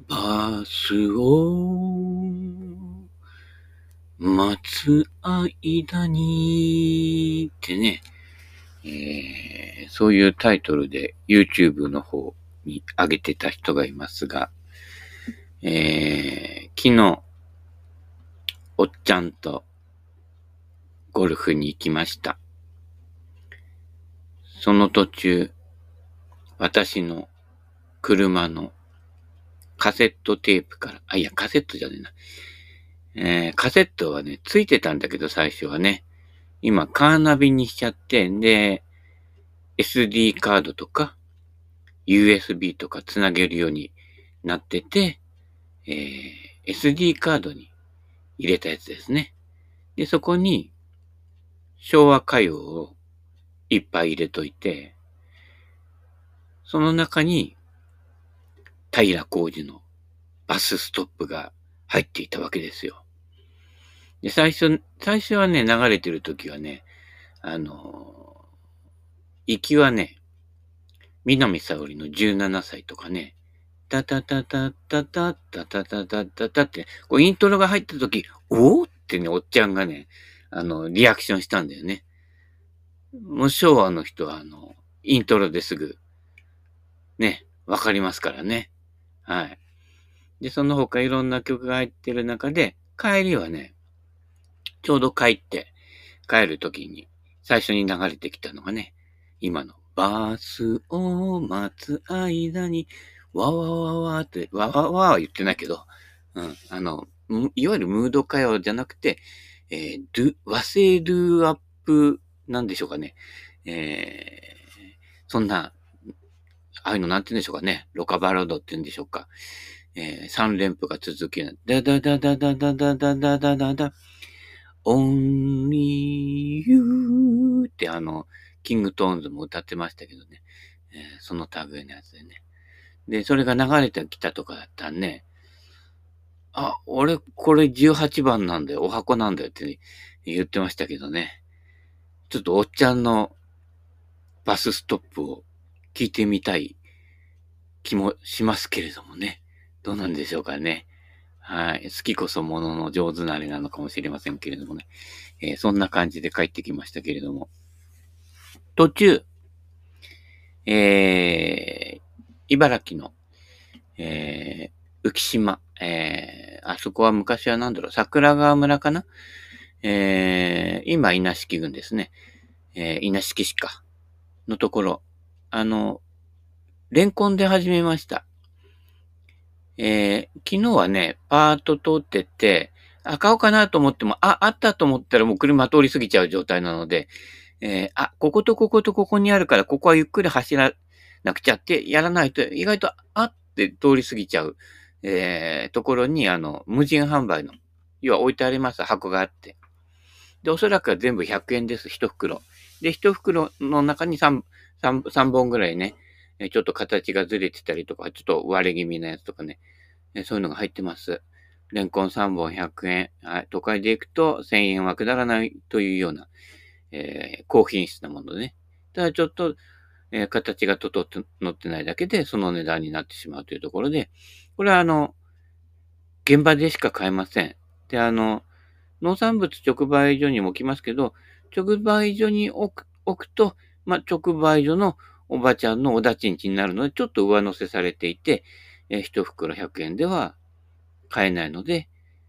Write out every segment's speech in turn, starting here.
バスを待つ間にってね、そういうタイトルで YouTube の方に上げてた人がいますが、昨日、おっちゃんとゴルフに行きました。その途中、私の車のカセットテープから、カセットじゃねえな。カセットはね、ついてたんだけど最初はね、今カーナビにしちゃって、で、SD カードとか USB とかつなげるようになってて、SD カードに入れたやつですね。で、そこに昭和歌謡をいっぱい入れといて、その中に平浩二のバスストップが入っていたわけですよ。で、最初はね、流れてる時はね、行きはね、南沙織の17歳とかね、タタタタタタタタタタタタって、こうイントロが入った時、おーってね、おっちゃんがね、リアクションしたんだよね。もう昭和の人は、イントロですぐ、ね、わかりますからね。はい。で、その他いろんな曲が入ってる中で、帰りはね、ちょうど帰る時に、最初に流れてきたのがね、今の、バスを待つ間に、わわわわって、わわわは言ってないけど、いわゆるムード歌謡じゃなくて、和製ドゥアップなんでしょうかね。そんな、ああいうのなんて言うんでしょうかね。ロカバラードって言うんでしょうか。3連符が続きな、ダダダダダダダダダダダダ、Only You ってキングトーンズも歌ってましたけどね。その類のやつでね。で、それが流れてきたとかだったんね。俺、これ18番なんだよ、お箱なんだよって言ってましたけどね。ちょっとおっちゃんのバスストップを聞いてみたい気もしますけれどもね。どうなんでしょうかね。はい。好きこそものの上手なれなのかもしれませんけれどもね。そんな感じで帰ってきましたけれども。途中、茨城の、浮島、あそこは昔は桜川村かな。今、稲敷郡ですね。稲敷市か。のところ、レンコンで始めました。昨日はね、パーッと通ってって、買おうかなと思っても、あったと思ったらもう車通り過ぎちゃう状態なので、こことこことここにあるから、ここはゆっくり走らなくちゃってやらないと、意外とって通り過ぎちゃう、ところに、無人販売の、要は置いてあります箱があって。で、おそらくは全部100円です、一袋。で、一袋の中に3本ぐらいね、ちょっと形がずれてたりとか、ちょっと割れ気味なやつとかね、そういうのが入ってます。レンコン3本100円。はい、都会で行くと1000円は下らないというような、高品質なものでね。ただちょっと、形が整って乗ってないだけで、その値段になってしまうというところで、これは現場でしか買えません。で、農産物直売所にも置きますけど、直売所に置くと、直売所のおばちゃんのおだちんちになるので、ちょっと上乗せされていて、一袋100円では買えないので、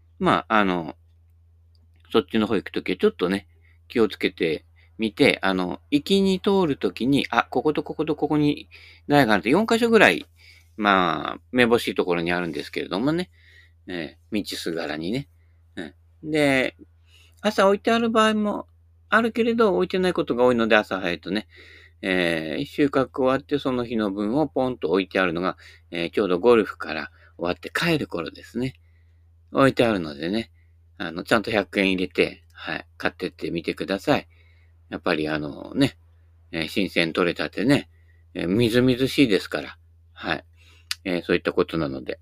そっちの方行くときはちょっとね、気をつけてみて、行きに通るときに、こことこことここに台があると4箇所ぐらい、めぼしいところにあるんですけれどもね、道すがらにね。で、朝置いてある場合もあるけれど、置いてないことが多いので、朝早いとね、収穫終わってその日の分をポンと置いてあるのが、ちょうどゴルフから終わって帰る頃ですね。置いてあるのでね、ちゃんと100円入れて、はい、買ってってみてください。やっぱり新鮮取れたてね、みずみずしいですから、はい。そういったことなので、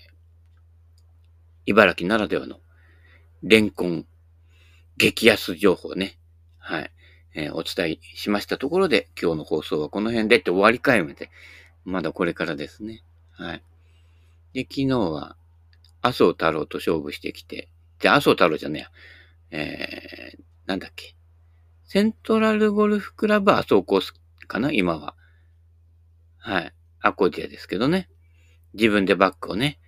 茨城ならではのレンコン激安情報ね、はい。お伝えしましたところで、今日の放送はこの辺でって終わりかいまで、まだこれからですね。はい。 で、昨日は麻生太郎と勝負してきて、麻生太郎じゃねえや。なんだっけ。セントラルゴルフクラブ麻生コースかな今は。はい。アコーディアですけどね。自分でバッグをね、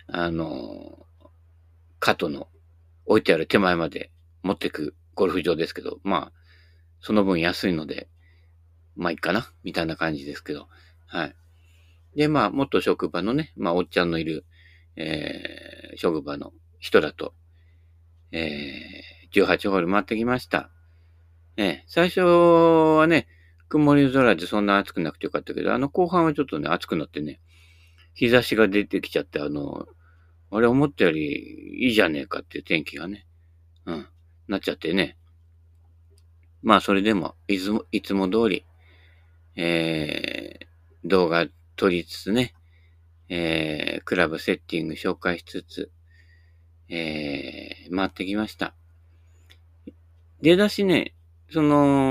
カートの置いてある手前まで持ってくゴルフ場ですけど、まあ、その分安いので、まあいいかなみたいな感じですけど。はい。で、まあ、元職場のね、まあ、おっちゃんのいる、職場の人だと、18ホール回ってきました。最初はね、曇り空でそんな暑くなくてよかったけど、後半はちょっとね、暑くなってね、日差しが出てきちゃって、あれ思ったよりいいじゃねえかっていう天気がね、なっちゃってね。まあ、それでも、いつも通り、動画撮りつつね、クラブセッティング紹介しつつ、回ってきました。出だしね、そ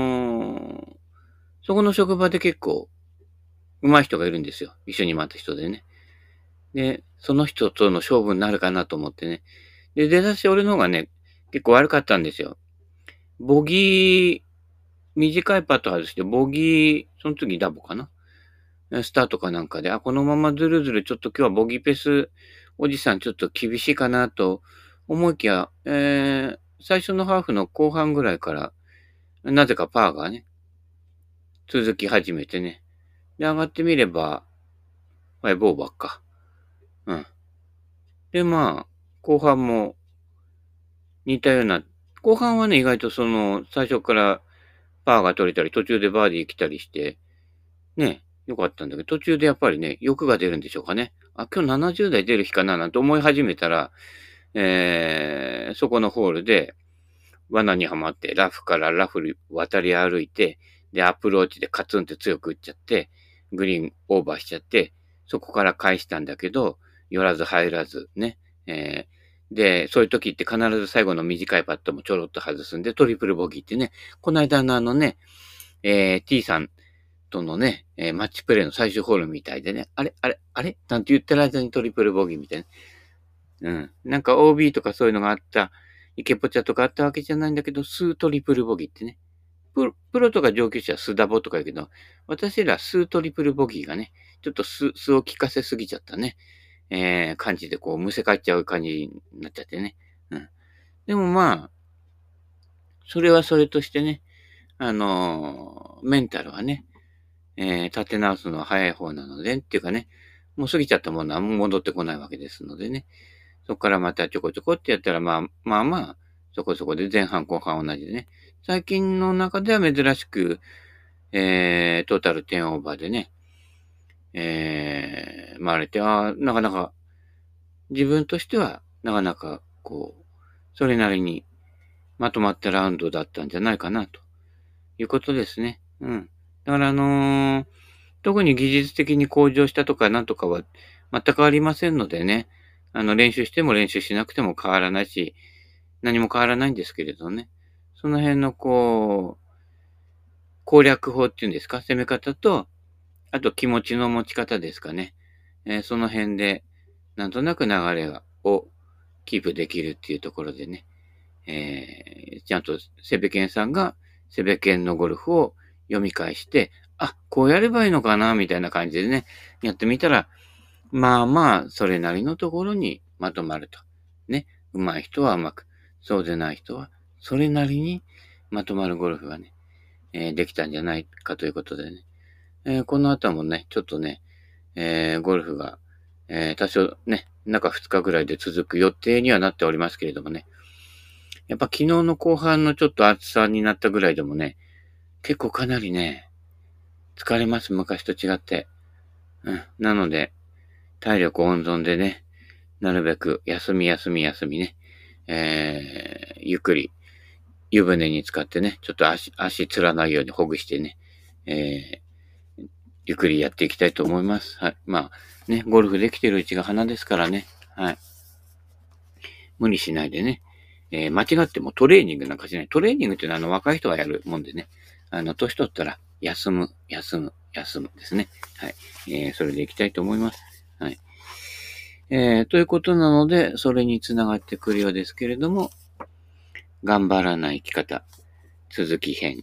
この職場で結構、上手い人がいるんですよ。一緒に回った人でね。で、その人との勝負になるかなと思ってね。で、出だし俺の方がね、結構悪かったんですよ。ボギー、短いパット外して、ボギー、その時ダボかなスタートかなんかで、このままずるずるちょっと今日はボギーペースおじさんちょっと厳しいかなと思いきや、最初のハーフの後半ぐらいから、なぜかパーがね、続き始めてね。で、上がってみれば、5オーバーか。うん。で、まあ、後半も似たような、後半はね、意外と最初からパーが取れたり、途中でバーディー来たりして、ね、よかったんだけど、途中でやっぱりね、欲が出るんでしょうかね。今日70代出る日かななんて思い始めたら、そこのホールで、罠にはまって、ラフからラフに渡り歩いて、で、アプローチでカツンって強く打っちゃって、グリーンオーバーしちゃって、そこから返したんだけど、寄らず入らず、ね。で、そういう時って必ず最後の短いパットもちょろっと外すんで、トリプルボギーってね、この間のね、T さんとのね、マッチプレイの最終ホールみたいでね、あれなんて言ってる間にトリプルボギーみたいな。なんか OB とかそういうのがあった、イケポチャとかあったわけじゃないんだけど、スートリプルボギーってね。プロとか上級者はスダボとか言うけど、私らスートリプルボギーがね、ちょっとスを効かせすぎちゃったね。感じでこう、むせ返っちゃう感じになっちゃってね。でもまあ、それはそれとしてね、メンタルはね、立て直すのは早い方なので、っていうかね、もう過ぎちゃったものはもう戻ってこないわけですのでね。そこからまたちょこちょこってやったら、まあ、そこそこで前半後半同じでね。最近の中では珍しく、トータル10オーバーでね、回れて、なかなか、自分としては、なかなか、こう、それなりにまとまったラウンドだったんじゃないかな、ということですね。だから特に技術的に向上したとかなんとかは全くありませんのでね、練習しても練習しなくても変わらないし、何も変わらないんですけれどね。その辺の攻略法っていうんですか、攻め方と、あと気持ちの持ち方ですかね。その辺で、なんとなく流れをキープできるっていうところでね、ちゃんとセベケンさんがセベケンのゴルフを読み返して、こうやればいいのかな、みたいな感じでね、やってみたら、まあまあ、それなりのところにまとまると。ね。上手い人は上手く、そうでない人は、それなりにまとまるゴルフがね、できたんじゃないかということでね。この後もね、ちょっとね、ゴルフが、多少ね、中2日ぐらいで続く予定にはなっておりますけれどもね。やっぱ昨日の後半のちょっと暑さになったぐらいでもね、結構かなりね、疲れます、昔と違って。なので、体力温存でね、なるべく休みね、ゆっくり湯船に浸かってね、ちょっと足つらないようにほぐしてね、ゆっくりやっていきたいと思います。はい。まあ、ね、ゴルフできてるうちが花ですからね。はい。無理しないでね。間違ってもトレーニングなんかしない。トレーニングっていうのは若い人がやるもんでね。年取ったら休むですね。はい。それでいきたいと思います。はい。 ということなので、それにつながってくるようですけれども、頑張らない生き方、続き編。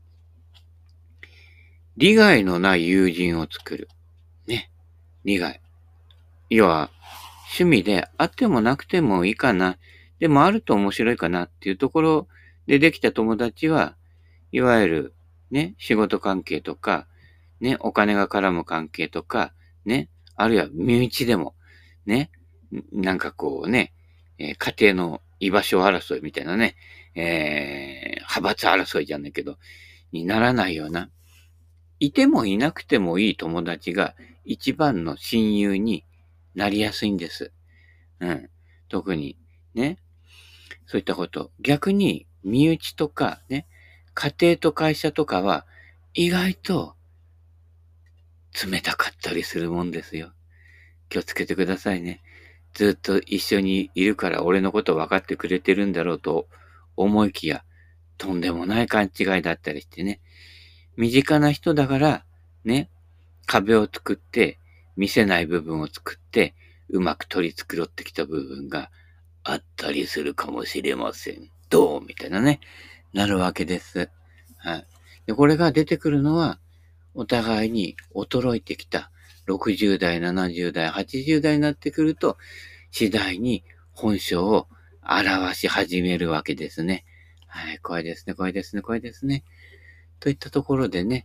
利害のない友人を作る。ね。利害。要は、趣味であってもなくてもいいかな。でもあると面白いかなっていうところでできた友達は、いわゆる、ね、仕事関係とか、ね、お金が絡む関係とか、ね、あるいは身内でも、ね、なんかこうね、家庭の居場所争いみたいなね、派閥争いじゃないけど、にならないような、いてもいなくてもいい友達が一番の親友になりやすいんです。うん。特に、ね。そういったこと。逆に、身内とか、ね、家庭と会社とかは、意外と冷たかったりするもんですよ。気をつけてくださいね。ずっと一緒にいるから俺のこと分かってくれてるんだろうと思いきや、とんでもない勘違いだったりしてね。身近な人だから、ね、壁を作って、見せない部分を作って、うまく取り繕ってきた部分があったりするかもしれません。どうみたいなね、なるわけです。はい。で、これが出てくるのは、お互いに衰えてきた60代、70代、80代になってくると、次第に本性を表し始めるわけですね。はい、怖いですね、怖いですね、怖いですね。といったところでね、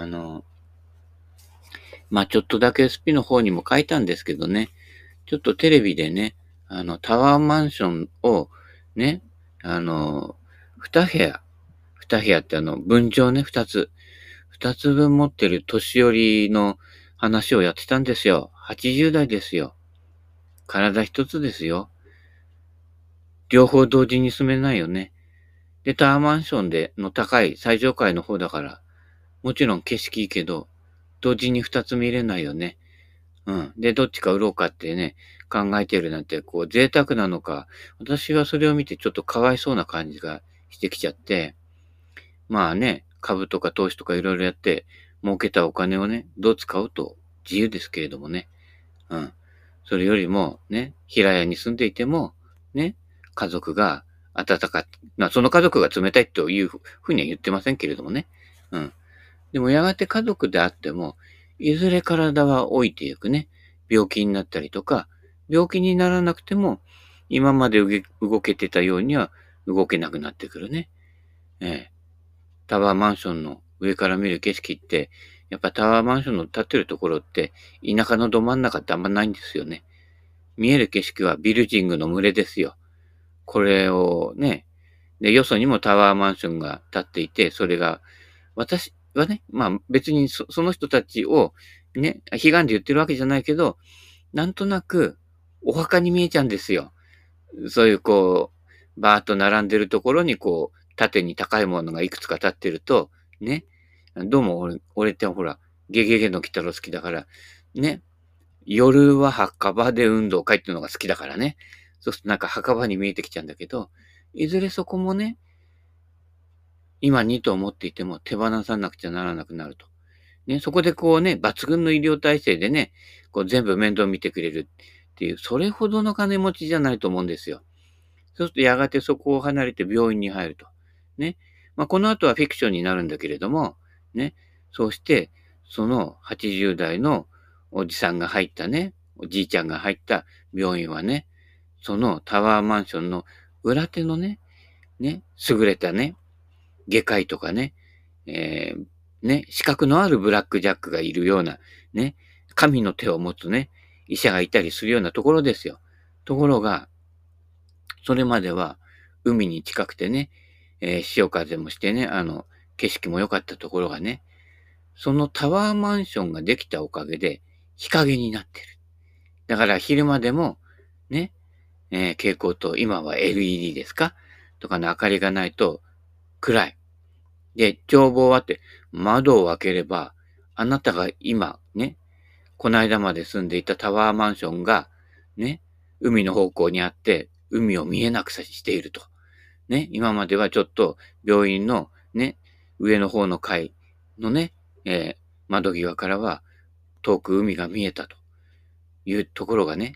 ちょっとだけ SP の方にも書いたんですけどね、ちょっとテレビでね、タワーマンションをね、二部屋、二部屋って分譲ね、二つ分持ってる年寄りの話をやってたんですよ。80代ですよ。体一つですよ。両方同時に住めないよね。で、タワーマンションでの高い最上階の方だから、もちろん景色いいけど、同時に二つ見れないよね。うん。で、どっちか売ろうかってね、考えてるなんて、こう、贅沢なのか、私はそれを見てちょっとかわいそうな感じがしてきちゃって、まあね、株とか投資とかいろいろやって、儲けたお金をね、どう使うと自由ですけれどもね。うん。それよりも、ね、平屋に住んでいても、ね、家族が温かい、その家族が冷たいというふうには言ってませんけれどもね。うん。でもやがて家族であっても、いずれ体は老いていくね。病気になったりとか、病気にならなくても、今まで動けてたようには動けなくなってくるね。ええ。タワーマンションの上から見る景色って、やっぱタワーマンションの建ってるところって、田舎のど真ん中ってあんまないんですよね。見える景色はビルジングの群れですよ。これをね、で、よそにもタワーマンションが建っていて、それが、私はね、別にその人たちをね、悲願で言ってるわけじゃないけど、なんとなくお墓に見えちゃうんですよ。そういうこう、バーっと並んでるところにこう、縦に高いものがいくつか立ってると、ね、どうも俺ってほら、ゲゲゲの鬼太郎好きだから、ね、夜は墓場で運動会っていうのが好きだからね。そうするとなんか墓場に見えてきちゃうんだけど、いずれそこもね、今にと思っていても手放さなくちゃならなくなると。ね、そこでこうね、抜群の医療体制でね、こう全部面倒見てくれるっていう、それほどの金持ちじゃないと思うんですよ。そうするとやがてそこを離れて病院に入ると。ね。この後はフィクションになるんだけれども、ね。そうして、その80代のおじさんが入ったね、おじいちゃんが入った病院はね、そのタワーマンションの裏手のね、優れたね、外科医とかね、資格のあるブラックジャックがいるような、ね、神の手を持つね、医者がいたりするようなところですよ。ところが、それまでは海に近くてね、潮風もしてね、景色も良かったところがね、そのタワーマンションができたおかげで日陰になってる。だから昼間でも、ね、蛍光灯、今は LED ですかとかの明かりがないと暗い。で、眺望はって、窓を開ければ、あなたが今、ね、この間まで住んでいたタワーマンションが、ね、海の方向にあって、海を見えなくしていると。ね、今まではちょっと病院のね、上の方の階のね、え窓際からは遠く海が見えたというところがね、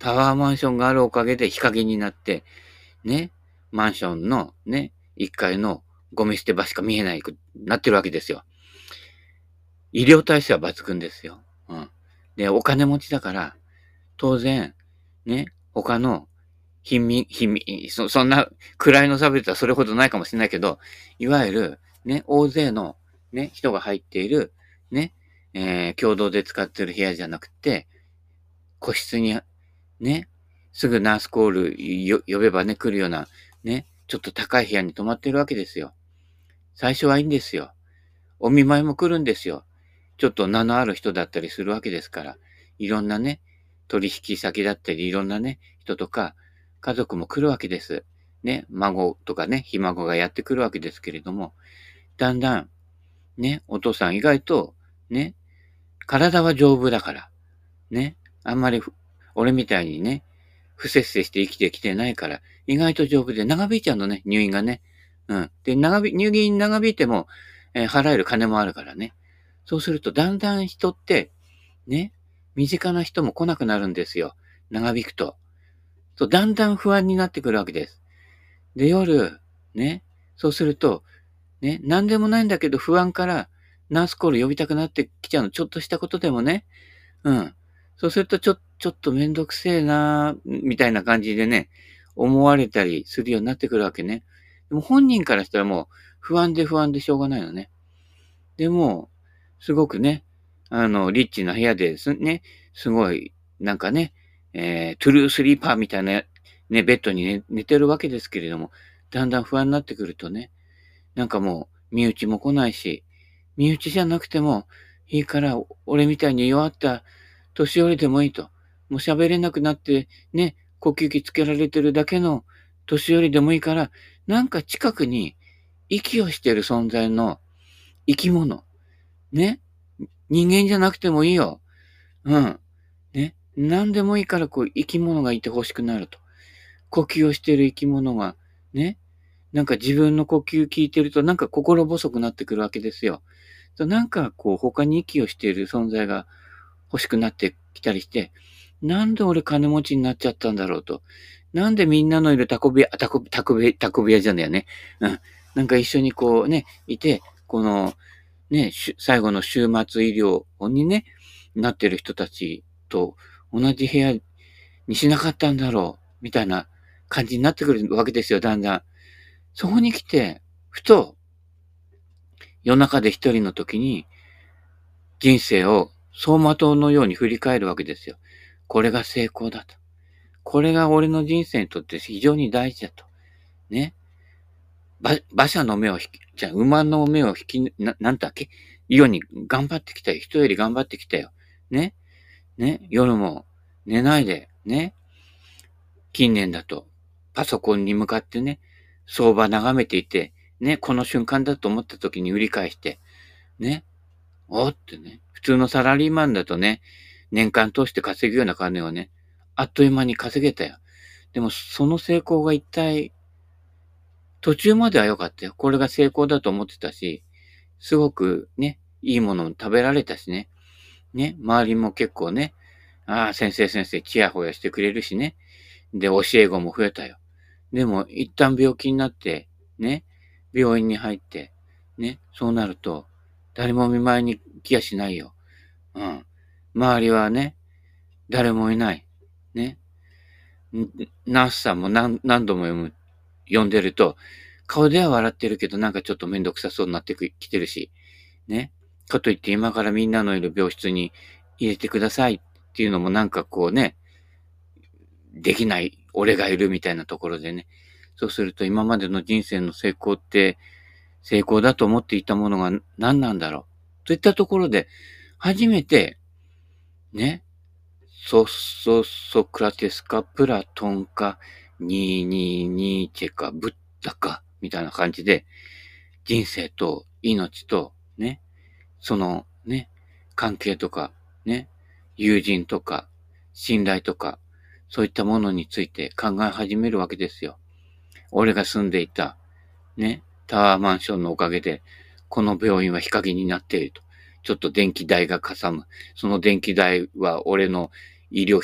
タワーマンションがあるおかげで日陰になって、ね、マンションのね、1階のゴミ捨て場しか見えないくなってるわけですよ。医療体制は抜群ですよ。うん。で、お金持ちだから、当然、ね、他のそんな位の差別はそれほどないかもしれないけど、いわゆる、ね、大勢の、ね、人が入っている、ね、共同で使ってる部屋じゃなくて、個室に、ね、すぐナースコール呼べばね、来るような、ね、ちょっと高い部屋に泊まってるわけですよ。最初はいいんですよ。お見舞いも来るんですよ。ちょっと名のある人だったりするわけですから。いろんなね、取引先だったり、いろんなね、人とか、家族も来るわけです。ね、孫とかね、ひ孫がやってくるわけですけれども、だんだん、ね、お父さん意外と、ね、体は丈夫だから、ね、あんまり俺みたいにね、不節制して生きてきてないから、意外と丈夫で長引いちゃうのね、入院がね。うん。で、入院長引いても、払える金もあるからね。そうすると、だんだん人って、ね、身近な人も来なくなるんですよ。長引くと。そう、だんだん不安になってくるわけです。で、夜、ね、そうすると、ね、なんでもないんだけど不安からナースコール呼びたくなってきちゃうの。ちょっとしたことでもね。うん。そうすると、ちょっとめんどくせえなみたいな感じでね、思われたりするようになってくるわけね。でも本人からしたらもう不安でしょうがないのね。でも、すごくね、リッチな部屋ですね、すごい、なんかね、トゥルースリーパーみたいなね、ベッドに寝てるわけですけれども、だんだん不安になってくるとね、なんかもう、身内も来ないし、身内じゃなくてもいいから、俺みたいに弱った年寄りでもいいと。もう喋れなくなって、ね、呼吸器つけられてるだけの年寄りでもいいから、なんか近くに息をしてる存在の生き物。ね。人間じゃなくてもいいよ。うん。ね。何でもいいからこう生き物がいて欲しくなると。呼吸をしてる生き物が、ね。なんか自分の呼吸聞いてるとなんか心細くなってくるわけですよ。なんかこう他に息をしている存在が欲しくなってきたりして、なんで俺金持ちになっちゃったんだろうと。なんでみんなのいるタコ部屋じゃねえよね。うん。なんか一緒にこうね、いて、このね、最後の終末医療にね、なってる人たちと同じ部屋にしなかったんだろう、みたいな感じになってくるわけですよ、だんだん。そこに来て、ふと、夜中で一人の時に、人生を走馬灯のように振り返るわけですよ。これが成功だと。これが俺の人生にとって非常に大事だと。ね。馬車の目を馬の目をなんだっけように頑張ってきたよ。人より頑張ってきたよ。ね。ね。夜も寝ないで、ね。近年だと、パソコンに向かってね、相場眺めていて、ね、この瞬間だと思った時に売り返して、ね、おってね、普通のサラリーマンだとね、年間通して稼ぐような金をね、あっという間に稼げたよ。でも、その成功が一体、途中までは良かったよ。これが成功だと思ってたし、すごくね、いいものも食べられたしね。ね、周りも結構ね、ああ、先生、チヤホヤしてくれるしね。で、教え子も増えたよ。でも、一旦病気になって、ね、病院に入って、ね、そうなると、誰も見舞いに来やしないよ。うん。周りはね、誰もいない。ね。ナースさんも何度も呼んでると、顔では笑ってるけど、なんかちょっとめんどくさそうになってきてるし、ね。かといって今からみんなのいる病室に入れてくださいっていうのもなんかこうね、できない俺がいるみたいなところでね。そうすると今までの人生の成功って成功だと思っていたものが何なんだろう。といったところで、初めて、ね、ソクラテスか、プラトンか、ニーチェか、ブッダか、みたいな感じで、人生と命と、ね、そのね、関係とか、ね、友人とか、信頼とか、そういったものについて考え始めるわけですよ。俺が住んでいた、ね、タワーマンションのおかげで、この病院は日陰になっていると。ちょっと電気代がかさむ。その電気代は俺の医療費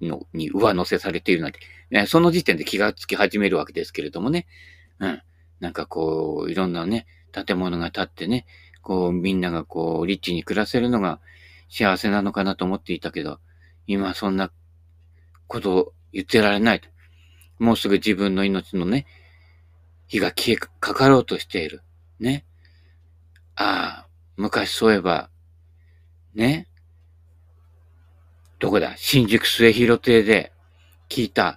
のに上乗せされているなんて、ね、その時点で気がつき始めるわけですけれどもね。うん。なんかこう、いろんなね、建物が建ってね、こう、みんながこう、リッチに暮らせるのが幸せなのかなと思っていたけど、今そんなことを言ってられないと。もうすぐ自分の命のね、火が消えかかろうとしている。ね。ああ、昔そういえば、ね、どこだ、新宿末広亭で聞いた、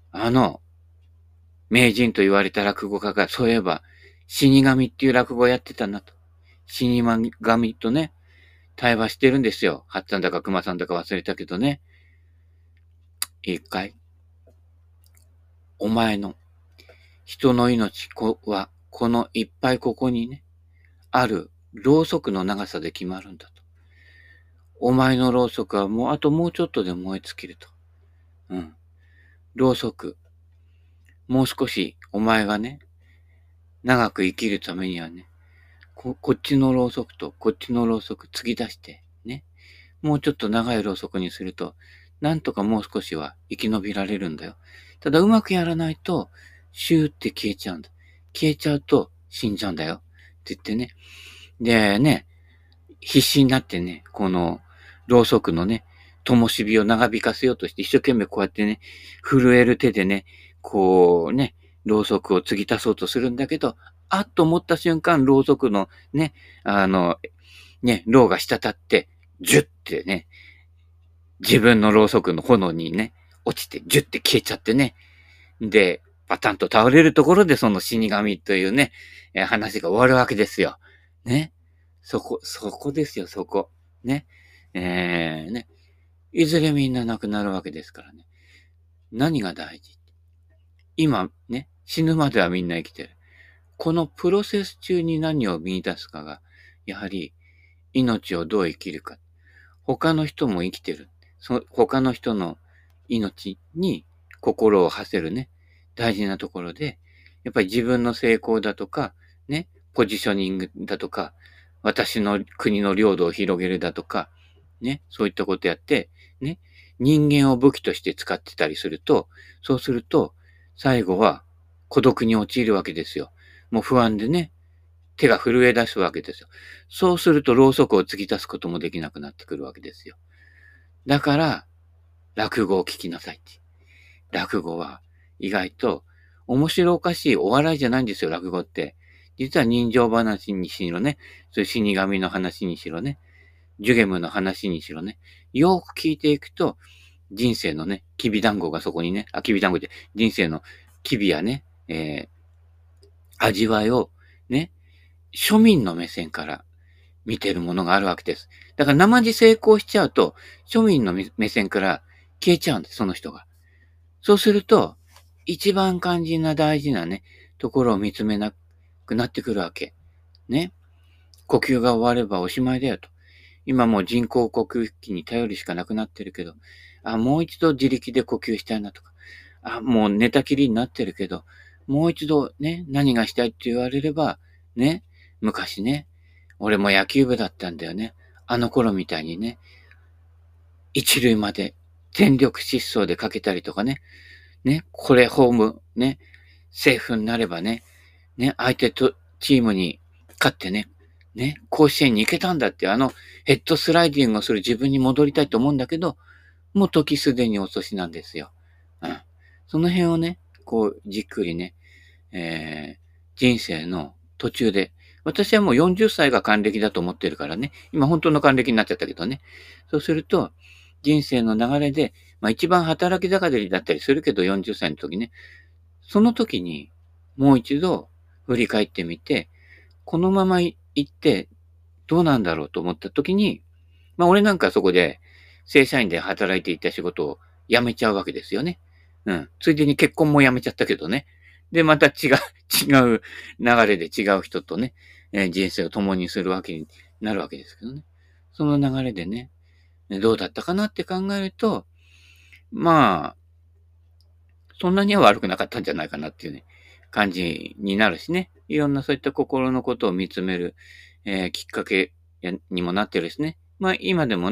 名人と言われた落語家が、そういえば、死神っていう落語をやってたなと。死神とね、対話してるんですよ。八さんだか熊さんだか忘れたけどね。いいかい？お前の人の命は、このいっぱいここにね、あるろうそくの長さで決まるんだと。お前のろうそくはあともうちょっとで燃え尽きると。うん。ろうそく。もう少しお前がね、長く生きるためにはね、こっちのろうそくとこっちのろうそく継ぎ出して、ね。もうちょっと長いろうそくにすると、なんとかもう少しは生き延びられるんだよ。ただうまくやらないと、シューって消えちゃうんだ。消えちゃうと死んじゃうんだよ。って言ってね。でね、必死になってね、この、ろうそくのね、灯火を長引かせようとして、一生懸命こうやってね、震える手でね、こうね、ろうそくを継ぎ足そうとするんだけど、あっと思った瞬間、ろうそくのね、ろうが滴って、ジュッてね、自分のろうそくの炎にね、落ちて、ジュッて消えちゃってね。で、パタンと倒れるところでその死神というね、話が終わるわけですよ。ね。そこですよ、そこ。ね。ね。いずれみんな亡くなるわけですからね。何が大事？今ね、死ぬまではみんな生きてる。このプロセス中に何を見出すかが、やはり命をどう生きるか。他の人も生きてる。他の人の命に心を馳せるね、大事なところで、やっぱり自分の成功だとか、ね、ポジショニングだとか、私の国の領土を広げるだとか、ね、そういったことやって、ね、人間を武器として使ってたりすると、そうすると、最後は孤独に陥るわけですよ。もう不安でね、手が震え出すわけですよ。そうすると、ろうそくを継ぎ足すこともできなくなってくるわけですよ。だから、落語を聞きなさいって。落語は、意外と、面白おかしいお笑いじゃないんですよ、落語って。実は人情話にしろね、そういう死神の話にしろね、ジュゲムの話にしろね、よく聞いていくと、人生のね、きび団子がそこにね、きび団子で、人生のきびやね、味わいを、ね、庶民の目線から見てるものがあるわけです。だから生地成功しちゃうと、庶民の目線から消えちゃうんです、その人が。そうすると、一番肝心な大事なね、ところを見つめなくなってくるわけ。ね。呼吸が終わればおしまいだよと。今もう人工呼吸器に頼るしかなくなってるけど、もう一度自力で呼吸したいなとか、もう寝たきりになってるけど、もう一度ね、何がしたいって言われれば、ね、昔ね、俺も野球部だったんだよね。あの頃みたいにね、一塁まで全力疾走でかけたりとかね、これホーム、ね、セーフになればね、相手とチームに勝ってね、甲子園に行けたんだって、ヘッドスライディングをする自分に戻りたいと思うんだけど、もう時すでに遅しなんですよ。うん。その辺をね、こう、じっくりね、人生の途中で、私はもう40歳が還暦だと思ってるからね、今本当の還暦になっちゃったけどね。そうすると、人生の流れで、一番働き盛りだったりするけど、40歳の時ね、その時に、もう一度振り返ってみて、このまま行ってどうなんだろうと思った時に、俺なんかそこで正社員で働いていた仕事を辞めちゃうわけですよね。うん。ついでに結婚も辞めちゃったけどね。で、また違う流れで違う人とね、人生を共にするわけになるわけですけどね。その流れでね、どうだったかなって考えると、まあ、そんなには悪くなかったんじゃないかなっていうね、感じになるしね。いろんなそういった心のことを見つめる、きっかけにもなってるしね。今でもね、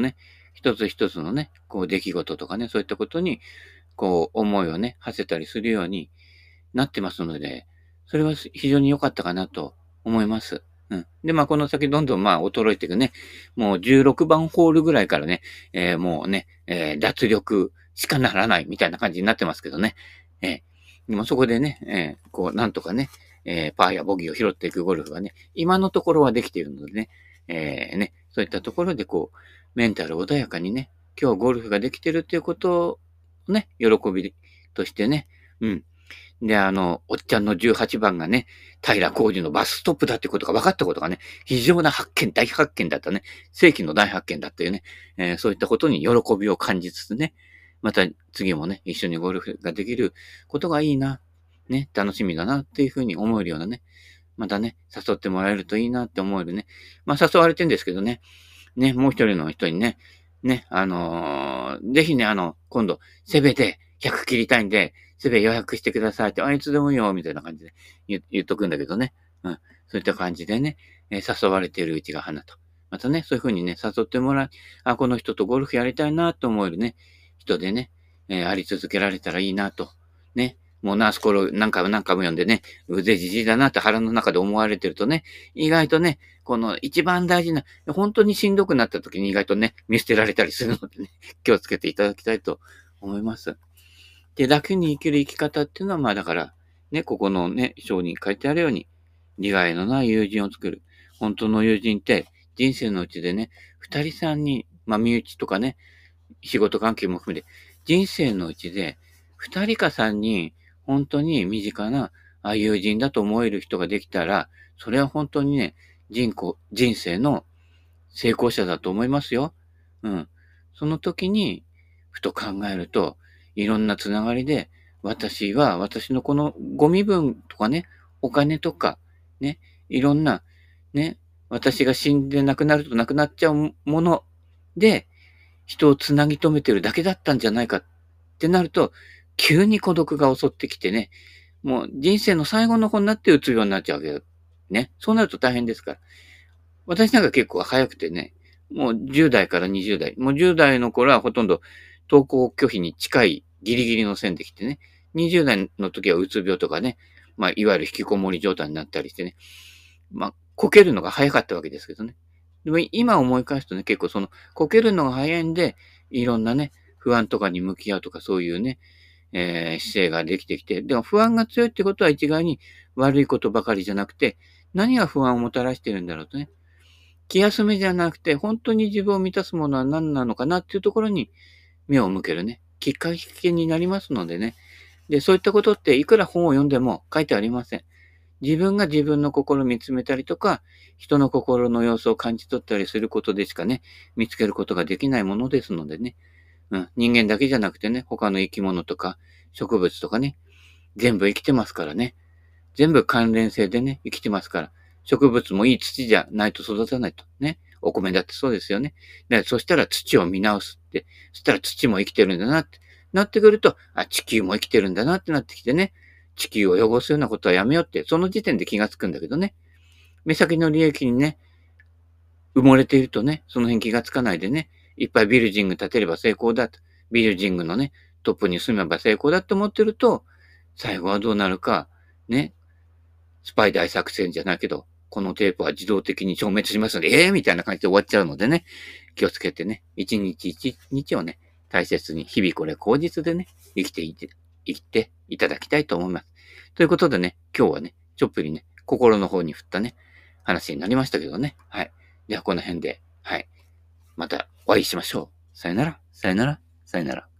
一つ一つのね、こう出来事とかね、そういったことに、こう思いをね、馳せたりするようになってますので、それは非常に良かったかなと思います。うん。で、この先どんどん衰えていくね。もう16番ホールぐらいからね、もうね、脱力しかならないみたいな感じになってますけどね。でもそこでね、こう、なんとかね、パーやボギーを拾っていくゴルフがね、今のところはできているのでね、そういったところでこう、メンタル穏やかにね、今日ゴルフができてるっていうことをね、喜びとしてね、うん。で、おっちゃんの18番がね、平浩二のバスストップだってことが分かったことがね、非常な大発見だったね。世紀の大発見だったよね。そういったことに喜びを感じつつね、また次もね、一緒にゴルフができることがいいな、ね、楽しみだなっていうふうに思えるようなね、またね、誘ってもらえるといいなって思えるね。誘われてんですけどね、もう一人の人にね、ぜひね、今度、セベで100切りたいんで、セベ予約してくださいって、いつでもいいよ、みたいな感じで言っとくんだけどね。うん。そういった感じでね、誘われているうちが花と。またね、そういう風にね、誘ってもらい、この人とゴルフやりたいなと思えるね、人でね、あり続けられたらいいなと。ね。もうナースコール何回も読んでね、うぜじじいだなって腹の中で思われてるとね、意外とね、この一番大事な、本当にしんどくなった時に意外とね、見捨てられたりするのでね、気をつけていただきたいと思います。で、楽に生きる生き方っていうのは、だから、ね、ここのね、章に書いてあるように、利害のない友人を作る。本当の友人って、人生のうちでね、二人三人、身内とかね、仕事関係も含めて、人生のうちで、二人か三人、本当に身近な友人だと思える人ができたら、それは本当にね、人生の成功者だと思いますよ。うん。その時に、ふと考えると、いろんなつながりで、私は私のこのゴミ分とかね、お金とか、ね、いろんな、ね、私が死んで亡くなると亡くなっちゃうもので、人をつなぎ止めてるだけだったんじゃないかってなると、急に孤独が襲ってきてね、もう人生の最後の方になってうつ病になっちゃうわけよ。ね。そうなると大変ですから。私なんか結構早くてね、もう10代から20代、もう10代の頃はほとんど登校拒否に近いギリギリの線で来てね、20代の時はうつ病とかね、いわゆる引きこもり状態になったりしてね、こけるのが早かったわけですけどね。でも今思い返すとね、結構その、こけるのが早いんで、いろんなね、不安とかに向き合うとかそういうね、姿勢ができてきて、でも不安が強いってことは一概に悪いことばかりじゃなくて、何が不安をもたらしているんだろうとね。気休めじゃなくて、本当に自分を満たすものは何なのかなっていうところに目を向けるね、きっかけになりますのでね。で、そういったことっていくら本を読んでも書いてありません。自分が自分の心を見つめたりとか、人の心の様子を感じ取ったりすることでしかね、見つけることができないものですのでね。うん、人間だけじゃなくてね、他の生き物とか植物とかね、全部生きてますからね。全部関連性でね、生きてますから。植物もいい土じゃないと育たないと。ね。お米だってそうですよね。で、そしたら土を見直すって。そしたら土も生きてるんだなって。なってくると、地球も生きてるんだなってなってきてね。地球を汚すようなことはやめようって、その時点で気がつくんだけどね。目先の利益にね、埋もれているとね、その辺気がつかないでね、いっぱいビルジング建てれば成功だと。ビルジングのね、トップに住めば成功だって思ってると、最後はどうなるか、ね、スパイ大作戦じゃないけど、このテープは自動的に消滅しますので、みたいな感じで終わっちゃうのでね、気をつけてね、一日一日をね、大切に、日々これ口実でね、生きていただきたいと思います。ということでね、今日はね、ちょっぴりね、心の方に振ったね、話になりましたけどね。はい。ではこの辺で、はい。またお会いしましょう。さよなら、さよなら、さよなら。